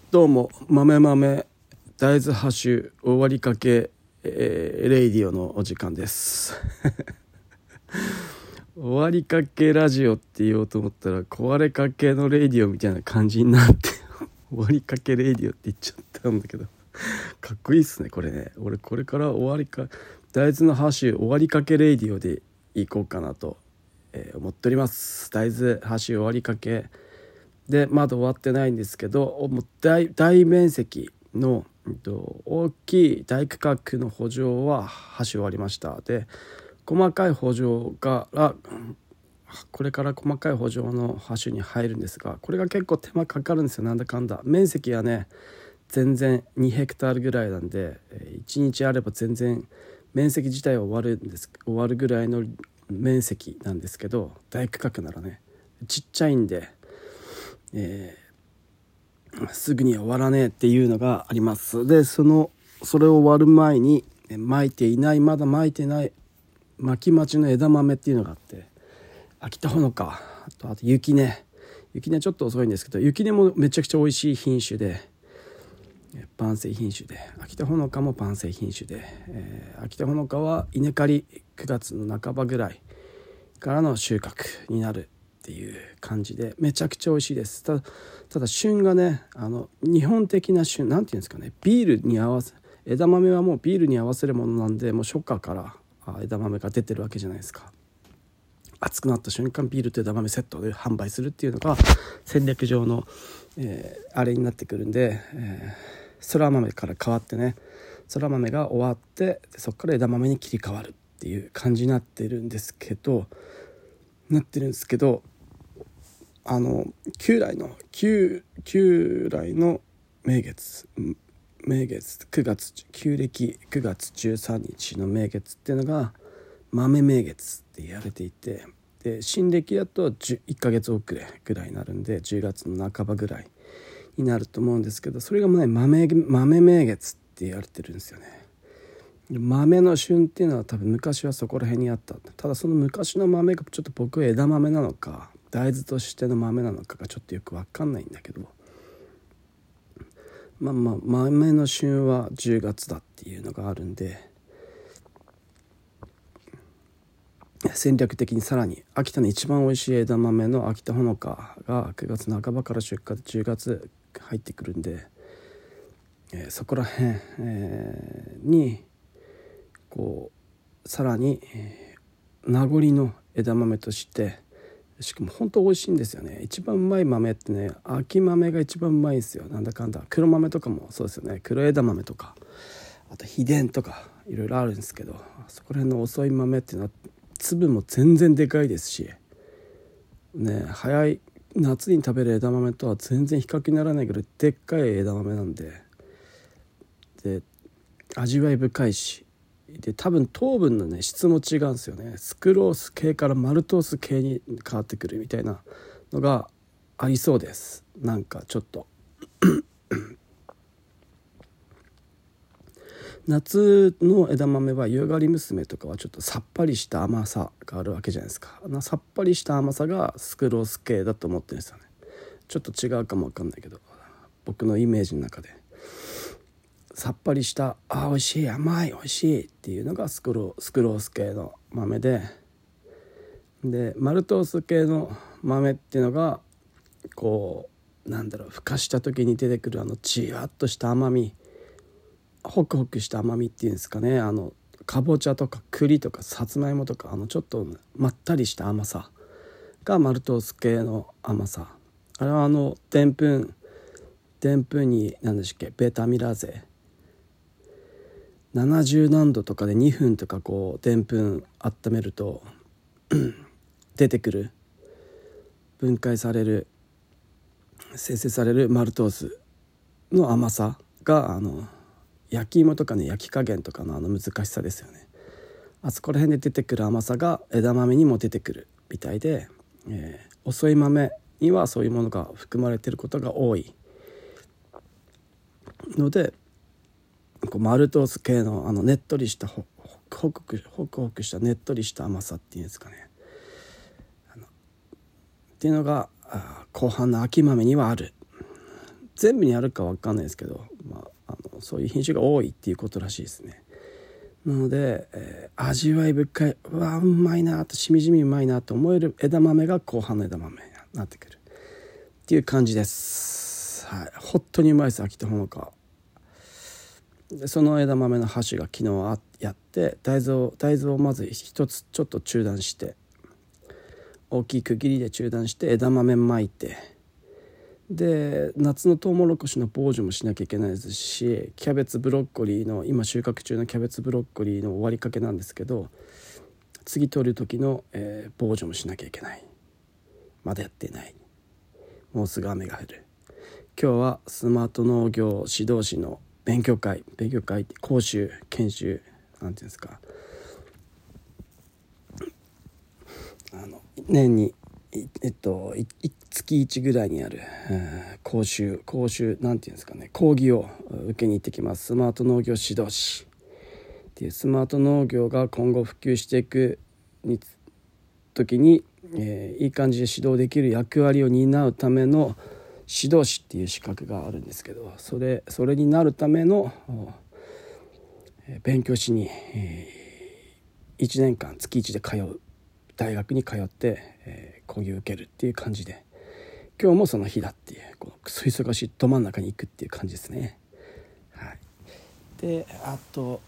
どうも豆大豆ハッシュ終わりかけ、レイディオのお時間です終わりかけラジオって言おうと思ったら壊れかけのレイディオみたいな感じになって終わりかけレイディオって言っちゃったんだけどかっこいいっすねこれね。俺これから大豆のハッシュ終わりかけレイディオで行こうかなと、思っております。大豆ハッシュ終わりかけでまだ終わってないんですけど、もう 大面積の大きい大区画の補助は橋終わりました。で細かい補助がこれから細かい補助の橋に入るんですが、これが結構手間かかるんですよ。なんだかんだ面積はね全然2ヘクタールぐらいなんで、1日あれば全然面積自体は終わるぐらいの面積なんですけど、大区画ならねちっちゃいんで、すぐには終わらねえっていうのがあります。でそれを終わる前にまだ巻いてない巻き待ちの枝豆っていうのがあって、秋田ほのかあと雪音ちょっと遅いんですけど、雪音もめちゃくちゃ美味しい品種で晩成品種で、秋田ほのかも晩成品種で、秋田ほのかは稲刈り9月の半ばぐらいからの収穫になるっていう感じでめちゃくちゃ美味しいです。ただ旬がね日本的な旬なんていうんですかね、ビールに合わせ枝豆はもうビールに合わせるものなんで、もう初夏から枝豆が出てるわけじゃないですか。暑くなった瞬間ビールと枝豆セットで販売するっていうのが戦略上の、あれになってくるんで、そら豆から変わってね、そら豆が終わってそこから枝豆に切り替わるっていう感じになってるんですけど、旧来の名月9月旧暦9月13日の名月っていうのが豆名月って言われていて、で新暦だと1ヶ月遅れぐらいになるんで10月の半ばぐらいになると思うんですけど、それがね豆名月って言われてるんですよね。豆の旬っていうのは多分昔はそこら辺にあった。ただその昔の豆がちょっと僕は枝豆なのか大豆としての豆なのかがちょっとよく分かんないんだけど、豆の旬は10月だっていうのがあるんで、戦略的にさらに秋田の一番美味しい枝豆の秋田ほのかが9月半ばから出荷で10月入ってくるんで、そこら辺、にこうさらに、名残の枝豆として、しかも本当美味しいんですよね。一番うまい豆ってね秋豆が一番うまいんですよ。なんだかんだ黒豆とかもそうですよね。黒枝豆とかあと秘伝とかいろいろあるんですけど、そこら辺の遅い豆っていうのは粒も全然でかいですしね、早い夏に食べる枝豆とは全然比較にならないぐらいでっかい枝豆なんで、味わい深いし、で多分糖分のね質も違うんですよね。スクロース系からマルトース系に変わってくるみたいなのがありそうです。なんかちょっと夏の枝豆は夕張娘とかはちょっとさっぱりした甘さがあるわけじゃないですか。さっぱりした甘さがスクロース系だと思ってるんですよね。ちょっと違うかも分かんないけど、僕のイメージの中でさっぱりした美味しい甘い美味しいっていうのがスクロース系の豆で、マルトース系の豆っていうのがこうふかした時に出てくるじわっとした甘み、ホクホクした甘みっていうんですかね。かぼちゃとか栗とかさつまいもとかちょっとまったりした甘さがマルトース系の甘さ。あれはでんぷんに何でしたっけ、ベータアミラーゼ70何度とかで2分とかこうでんぷん温めると出てくる分解される生成されるマルトースの甘さが焼き芋とかね焼き加減とかの難しさですよね。あそこら辺で出てくる甘さが枝豆にも出てくるみたいで、遅い豆にはそういうものが含まれていることが多いので、マルトース系のねっとりしたホクホクしたねっとりした甘さっていうんですかね、っていうのが後半の秋豆にはあるっ全部にあるか分かんないですけど、そういう品種が多いっていうことらしいですね。なので、味わい深い、うわうまいなと、しみじみうまいなと思える枝豆が後半の枝豆になってくるっていう感じです。はい、本当にうまいです。秋田ほのかで、その枝豆の箸が昨日やって、大豆をまず一つちょっと中断して、大きい区切りで中断して枝豆巻いて、で夏のトウモロコシの防除もしなきゃいけないですし、キャベツブロッコリーの今収穫中のキャベツブロッコリーの終わりかけなんですけど、次取る時の、防除もしなきゃいけない。まだやってない。もうすぐ雨が降る。今日はスマート農業指導士の勉強会講習研修なんていうんですか、年に月1ぐらいにある講習なんていうんですかね、講義を受けに行ってきます。スマート農業指導士っていう、スマート農業が今後普及していく時に、いい感じで指導できる役割を担うための指導士っていう資格があるんですけど、それになるための勉強しに、1年間月1で通う大学に通って、講義を受けるっていう感じで、今日もその日だっていう、このクソ忙しいど真ん中に行くっていう感じですね。はい、であと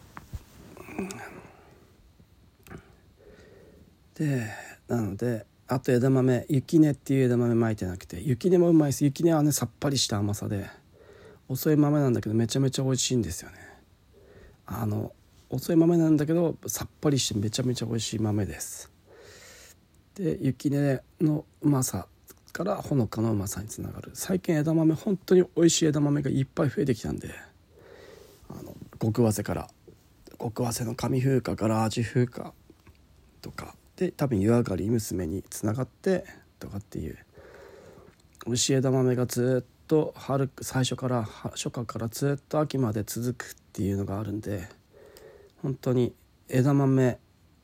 なので、あと枝豆、雪音っていう枝豆巻いてなくて、雪音もうまいです。雪音はね、さっぱりした甘さで遅い豆なんだけどめちゃめちゃ美味しいんですよね。遅い豆なんだけどさっぱりしてめちゃめちゃ美味しい豆です。で雪音のうまさからほのかのうまさにつながる。最近枝豆、本当に美味しい枝豆がいっぱい増えてきたんで、極早生の上風花から味風花とかで、多分湯上がり娘につながってとかっていう美味しい枝豆がずっと最初から初夏からずっと秋まで続くっていうのがあるんで、本当に枝豆、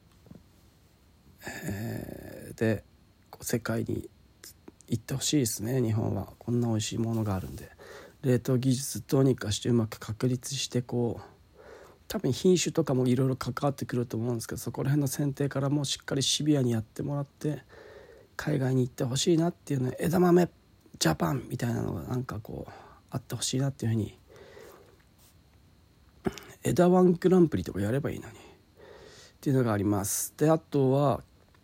で世界に行ってほしいですね。日本はこんな美味しいものがあるんで、冷凍技術どうにかしてうまく確立して、多分品種とかもいろいろ関わってくると思うんですけど、そこら辺の選定からもしっかりシビアにやってもらって海外に行ってほしいなっていうね、枝豆ジャパンみたいなのがあってほしいなっていうふうに、枝ワングランプリとかやればいいのにっていうのがあります。であとは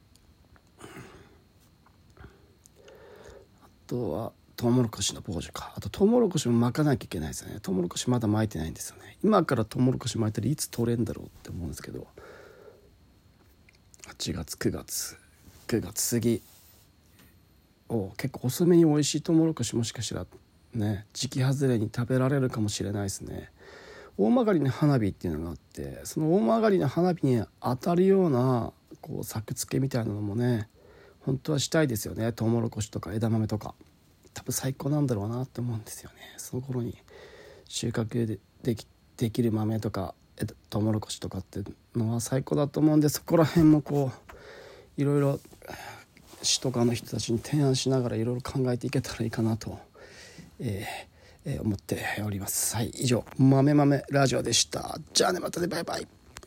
トウモロコシの防除か。あとトウモロコシも巻かなきゃいけないですよね。トウモロコシまだ巻いてないんですよね。今からトウモロコシ巻いたらいつ取れんだろうって思うんですけど、8月9月過ぎ結構遅めに美味しいトウモロコシもしかしたらね、時期外れに食べられるかもしれないですね。大曲の花火っていうのがあって、その大曲の花火に当たるような作付けみたいなのもね、本当はしたいですよね。トウモロコシとか枝豆とか多分最高なんだろうなって思うんですよね。その頃に収穫できる豆とかトウモロコシとかってのは最高だと思うんで、そこら辺もいろいろ市とかの人たちに提案しながらいろいろ考えていけたらいいかなと、思っております。はい、以上豆ラジオでした。じゃあね、またね、バイバイ。